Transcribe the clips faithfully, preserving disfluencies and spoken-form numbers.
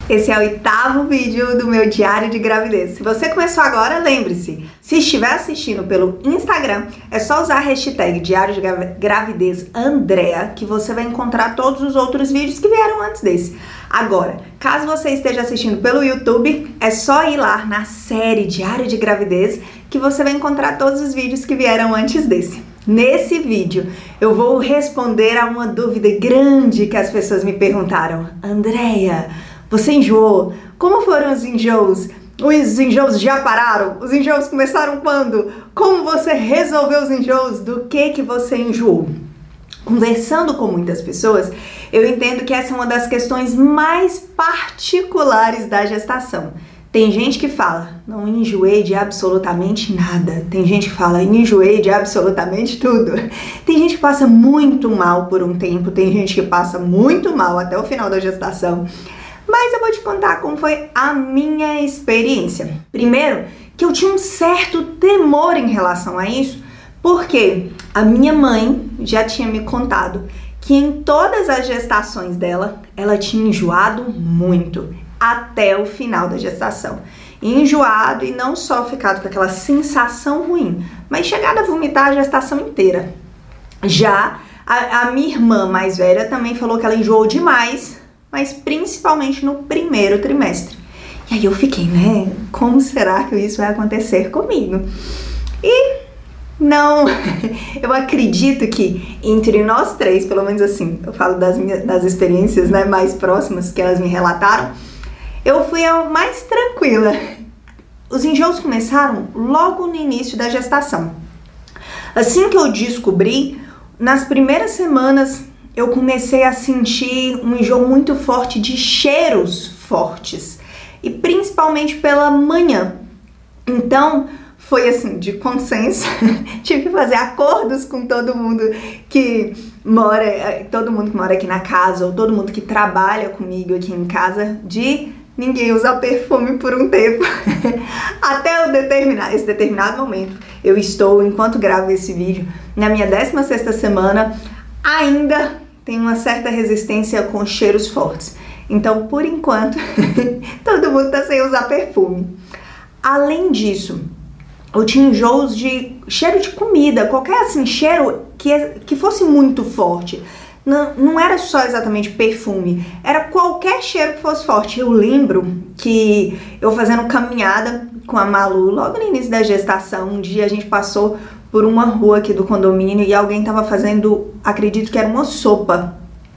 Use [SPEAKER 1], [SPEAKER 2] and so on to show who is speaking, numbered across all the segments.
[SPEAKER 1] Esse é o oitavo vídeo do meu diário de gravidez. Se você começou agora, lembre-se, se estiver assistindo pelo Instagram, é só usar a hashtag diário de gravidez Andrea, que você vai encontrar todos os outros vídeos que vieram antes desse. Agora, caso você esteja assistindo pelo YouTube, é só ir lá na série Diário de Gravidez, que você vai encontrar todos os vídeos que vieram antes desse. Nesse vídeo, eu vou responder a uma dúvida grande que as pessoas me perguntaram. Andrea, você enjoou? Como foram os enjoos? Os enjoos já pararam? Os enjoos começaram quando? Como você resolveu os enjoos? Do que que você enjoou? Conversando com muitas pessoas, eu entendo que essa é uma das questões mais particulares da gestação. Tem gente que fala, não enjoei de absolutamente nada. Tem gente que fala, enjoei de absolutamente tudo. Tem gente que passa muito mal por um tempo, tem gente que passa muito mal até o final da gestação. Mas eu vou te contar como foi a minha experiência. Primeiro, que eu tinha um certo temor em relação a isso, porque a minha mãe já tinha me contado que em todas as gestações dela, ela tinha enjoado muito, até o final da gestação. Enjoado e não só ficado com aquela sensação ruim, mas chegado a vomitar a gestação inteira. Já a, a minha irmã mais velha também falou que ela enjoou demais, mas principalmente no primeiro trimestre. E aí eu fiquei, né? Como será que isso vai acontecer comigo? E não, eu acredito que entre nós três, pelo menos assim, eu falo das minhas das experiências, né, mais próximas que elas me relataram, eu fui a mais tranquila. Os enjoos começaram logo no início da gestação. Assim que eu descobri, nas primeiras semanas eu comecei a sentir um enjoo muito forte de cheiros fortes, e principalmente pela manhã. Então foi assim, de consenso, tive que fazer acordos com todo mundo que mora, todo mundo que mora aqui na casa, ou todo mundo que trabalha comigo aqui em casa, de ninguém usar perfume por um tempo. Até eu determinar, esse determinado momento, eu estou, enquanto gravo esse vídeo, na minha décima sexta semana, ainda tenho uma certa resistência com cheiros fortes. Então, por enquanto, todo mundo tá sem usar perfume. Além disso, eu tinha enjoos de cheiro de comida, qualquer assim, cheiro que, que fosse muito forte. Não, não era só exatamente perfume, era qualquer cheiro que fosse forte. Eu lembro que eu fazendo caminhada com a Malu, logo no início da gestação, um dia a gente passou por uma rua aqui do condomínio e alguém tava fazendo, acredito que era uma sopa.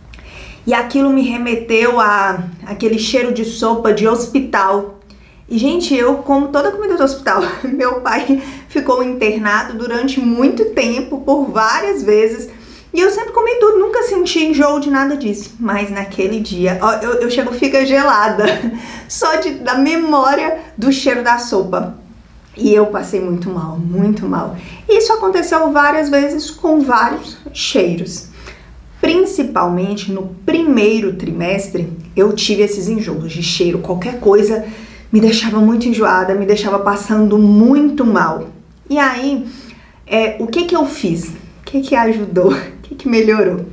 [SPEAKER 1] E aquilo me remeteu a aquele cheiro de sopa de hospital. E, gente, eu como toda a comida do hospital. Meu pai ficou internado durante muito tempo, por várias vezes. E eu sempre comi tudo, nunca senti enjoo de nada disso. Mas naquele dia, ó, eu, eu chego, fica gelada, só de, da memória do cheiro da sopa. E eu passei muito mal, muito mal. Isso aconteceu várias vezes com vários cheiros. Principalmente no primeiro trimestre, eu tive esses enjoos de cheiro. Qualquer coisa me deixava muito enjoada, me deixava passando muito mal. E aí, é, o que que eu fiz? O que que ajudou? O que que melhorou?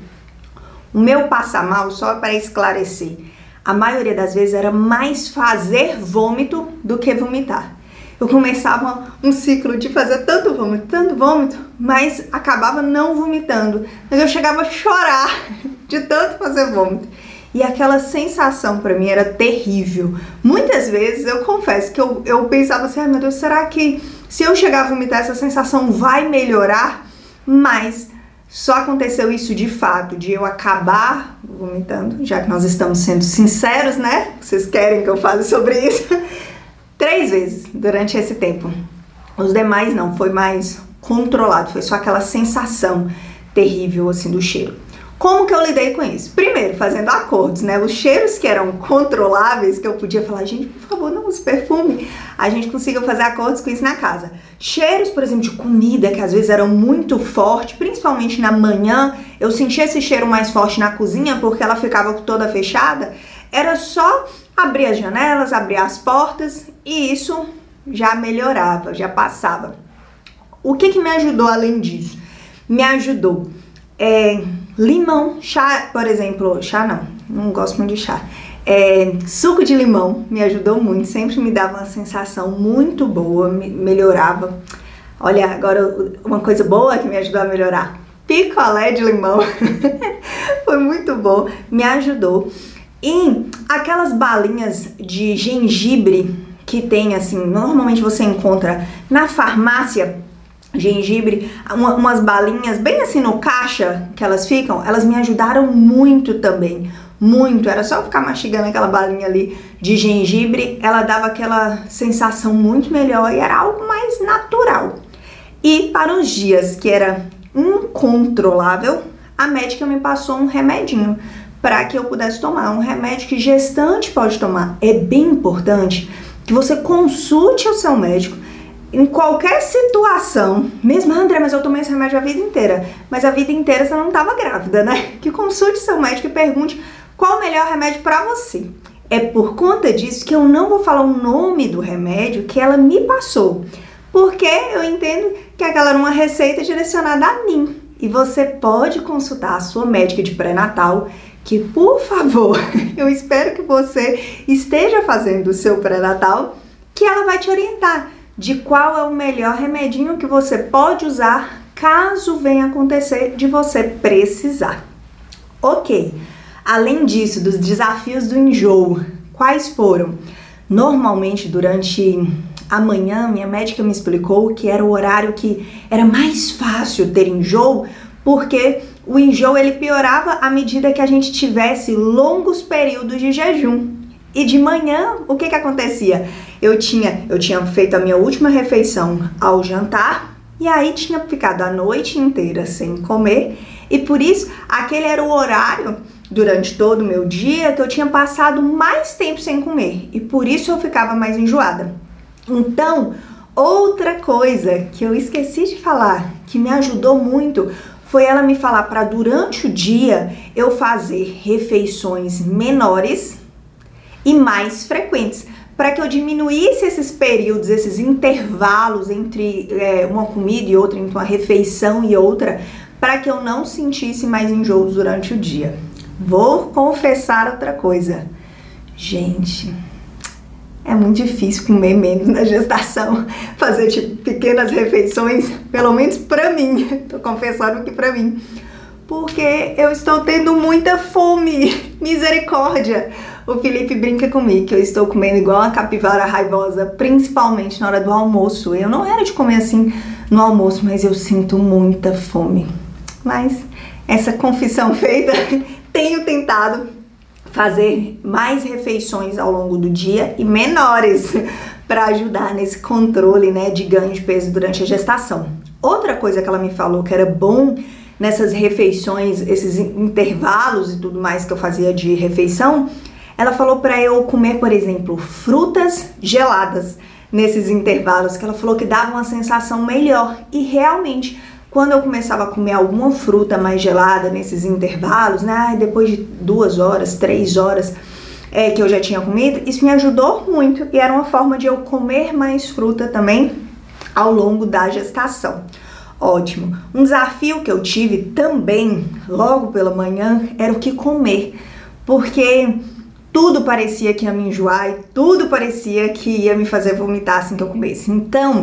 [SPEAKER 1] O meu passar mal, só para esclarecer, a maioria das vezes era mais fazer vômito do que vomitar. Eu começava um ciclo de fazer tanto vômito, tanto vômito, mas acabava não vomitando. Mas eu chegava a chorar de tanto fazer vômito. E aquela sensação pra mim era terrível. Muitas vezes eu confesso que eu, eu pensava assim, ai meu Deus, será que se eu chegar a vomitar essa sensação vai melhorar? Mas só aconteceu isso de fato, de eu acabar vomitando, já que nós estamos sendo sinceros, né? Vocês querem que eu fale sobre isso? Três vezes durante esse tempo. Os demais não, foi mais controlado, foi só aquela sensação terrível assim do cheiro. Como que eu lidei com isso? Primeiro, fazendo acordos, né? Os cheiros que eram controláveis, que eu podia falar, gente, por favor, não use perfume. A gente conseguiu fazer acordos com isso na casa. Cheiros, por exemplo, de comida, que às vezes eram muito fortes, principalmente na manhã, eu sentia esse cheiro mais forte na cozinha, porque ela ficava toda fechada. Era só abrir as janelas, abrir as portas, e isso já melhorava, já passava. O que que me ajudou além disso? Me ajudou é, limão, chá, por exemplo, chá não, não gosto muito de chá. É, suco de limão me ajudou muito, sempre me dava uma sensação muito boa, me melhorava. Olha, agora uma coisa boa que me ajudou a melhorar, picolé de limão, foi muito bom, me ajudou. E aquelas balinhas de gengibre que tem assim, normalmente você encontra na farmácia, gengibre, uma, umas balinhas bem assim no caixa que elas ficam, elas me ajudaram muito também, muito. Era só ficar mastigando aquela balinha ali de gengibre, ela dava aquela sensação muito melhor e era algo mais natural. E para os dias que era incontrolável, a médica me passou um remedinho para que eu pudesse tomar, um remédio que gestante pode tomar. É bem importante que você consulte o seu médico em qualquer situação, mesmo, ah, André, mas eu tomei esse remédio a vida inteira, mas a vida inteira você não estava grávida, né? Que consulte seu médico e pergunte qual o melhor remédio para você. É por conta disso que eu não vou falar o nome do remédio que ela me passou, porque eu entendo que aquela era uma receita direcionada a mim. E você pode consultar a sua médica de pré-natal, que, por favor, eu espero que você esteja fazendo o seu pré-natal, que ela vai te orientar de qual é o melhor remedinho que você pode usar caso venha acontecer de você precisar. Ok, além disso, dos desafios do enjoo, quais foram? Normalmente, durante a manhã, minha médica me explicou que era o horário que era mais fácil ter enjoo, porque o enjoo ele piorava à medida que a gente tivesse longos períodos de jejum. E de manhã, o que que acontecia? Eu tinha, eu tinha feito a minha última refeição ao jantar e aí tinha ficado a noite inteira sem comer e por isso aquele era o horário durante todo o meu dia que eu tinha passado mais tempo sem comer e por isso eu ficava mais enjoada. Então, outra coisa que eu esqueci de falar, que me ajudou muito, foi ela me falar para durante o dia eu fazer refeições menores e mais frequentes, para que eu diminuísse esses períodos, esses intervalos entre é, uma comida e outra, entre uma refeição e outra, para que eu não sentisse mais enjoos durante o dia. Vou confessar outra coisa. Gente, é muito difícil comer menos na gestação, fazer tipo pequenas refeições, pelo menos pra mim, tô confessando que pra mim, porque eu estou tendo muita fome, misericórdia. O Felipe brinca comigo que eu estou comendo igual uma capivara raivosa, principalmente na hora do almoço. Eu não era de comer assim no almoço, mas eu sinto muita fome. Mas essa confissão feita, tenho tentado fazer mais refeições ao longo do dia e menores para ajudar nesse controle, né, de ganho de peso durante a gestação. Outra coisa que ela me falou que era bom nessas refeições, esses intervalos e tudo mais que eu fazia de refeição, ela falou para eu comer, por exemplo, frutas geladas nesses intervalos, que ela falou que dava uma sensação melhor. E realmente, quando eu começava a comer alguma fruta mais gelada nesses intervalos, né, depois de duas horas, três horas é, que eu já tinha comido, isso me ajudou muito e era uma forma de eu comer mais fruta também ao longo da gestação. Ótimo. Um desafio que eu tive também, logo pela manhã, era o que comer, porque tudo parecia que ia me enjoar e tudo parecia que ia me fazer vomitar assim que eu comesse. Então,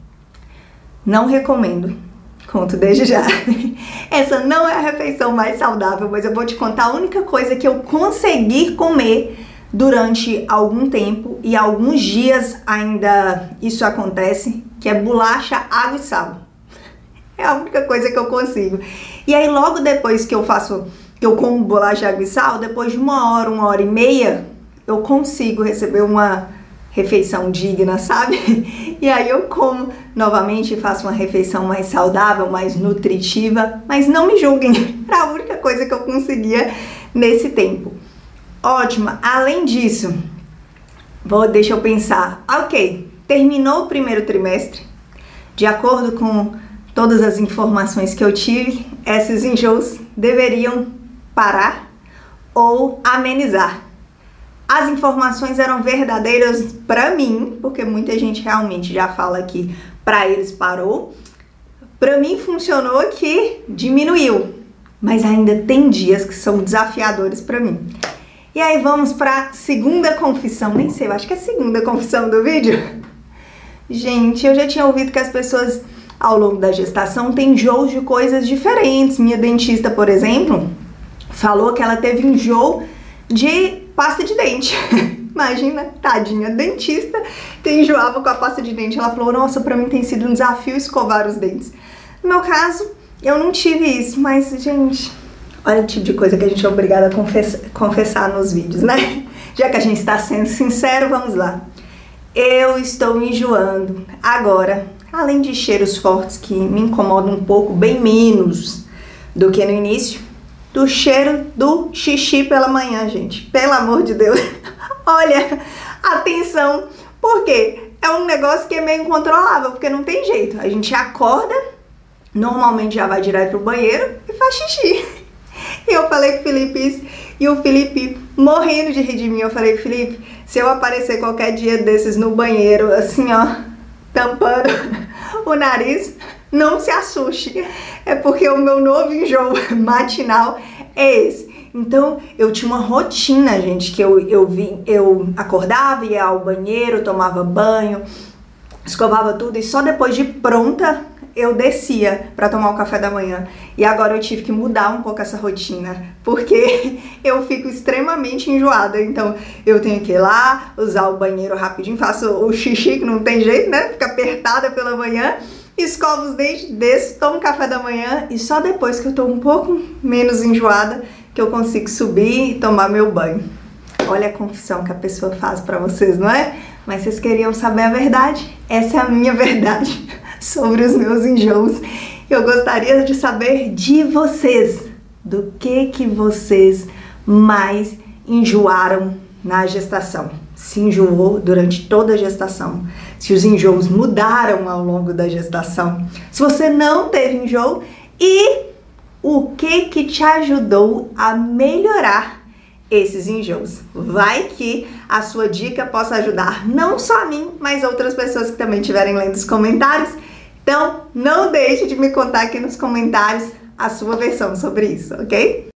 [SPEAKER 1] não recomendo. Conto desde já. Essa não é a refeição mais saudável, mas eu vou te contar a única coisa que eu consegui comer durante algum tempo e alguns dias ainda isso acontece, que é bolacha, água e sal. É a única coisa que eu consigo. E aí logo depois que eu faço, que eu como bolacha, água e sal, depois de uma hora, uma hora e meia, eu consigo receber uma refeição digna, sabe? E aí eu como novamente e faço uma refeição mais saudável, mais nutritiva, mas não me julguem, era a única coisa que eu conseguia nesse tempo. Ótimo, além disso, vou, deixa eu pensar, ok, terminou o primeiro trimestre, de acordo com todas as informações que eu tive, esses enjoos deveriam parar ou amenizar. As informações eram verdadeiras para mim, porque muita gente realmente já fala que para eles parou. Para mim funcionou que diminuiu, mas ainda tem dias que são desafiadores para mim. E aí vamos pra segunda confissão, nem sei, eu acho que é a segunda confissão do vídeo. Gente, eu já tinha ouvido que as pessoas ao longo da gestação têm enjoos de coisas diferentes. Minha dentista, por exemplo, falou que ela teve enjoo de pasta de dente. Imagina, tadinha, dentista que enjoava com a pasta de dente. Ela falou, nossa, pra mim tem sido um desafio escovar os dentes. No meu caso, eu não tive isso, mas, gente... Olha o tipo de coisa que a gente é obrigada a confessar, confessar nos vídeos, né? Já que a gente está sendo sincero, vamos lá. Eu estou enjoando agora, além de cheiros fortes que me incomodam um pouco, bem menos do que no início, do cheiro do xixi pela manhã, gente. Pelo amor de Deus. Olha, atenção, porque é um negócio que é meio incontrolável, porque não tem jeito. A gente acorda, normalmente já vai direto pro banheiro e faz xixi. E eu falei com o Felipe isso, e o Felipe morrendo de rir de mim. Eu falei, Felipe, se eu aparecer qualquer dia desses no banheiro, assim ó, tampando o nariz, não se assuste. É porque o meu novo enjoo matinal é esse. Então, eu tinha uma rotina, gente, que eu, eu, vim, eu acordava, ia ao banheiro, tomava banho, escovava tudo, e só depois de pronta eu descia para tomar o café da manhã. E agora eu tive que mudar um pouco essa rotina, porque eu fico extremamente enjoada. Então eu tenho que ir lá, usar o banheiro rapidinho, faço o xixi, que não tem jeito, né? Fica apertada pela manhã, escovo os dentes, desço, tomo café da manhã, e só depois que eu tô um pouco menos enjoada que eu consigo subir e tomar meu banho. Olha a confissão que a pessoa faz para vocês, não é? Mas vocês queriam saber a verdade? Essa é a minha verdade sobre os meus enjoos. Eu gostaria de saber de vocês, do que que vocês mais enjoaram na gestação. Se enjoou durante toda a gestação, se os enjoos mudaram ao longo da gestação, se você não teve enjoo, e o que que te ajudou a melhorar esses enjoos. Vai que a sua dica possa ajudar não só a mim, mas outras pessoas que também estiverem lendo os comentários. Então, não deixe de me contar aqui nos comentários a sua versão sobre isso, ok?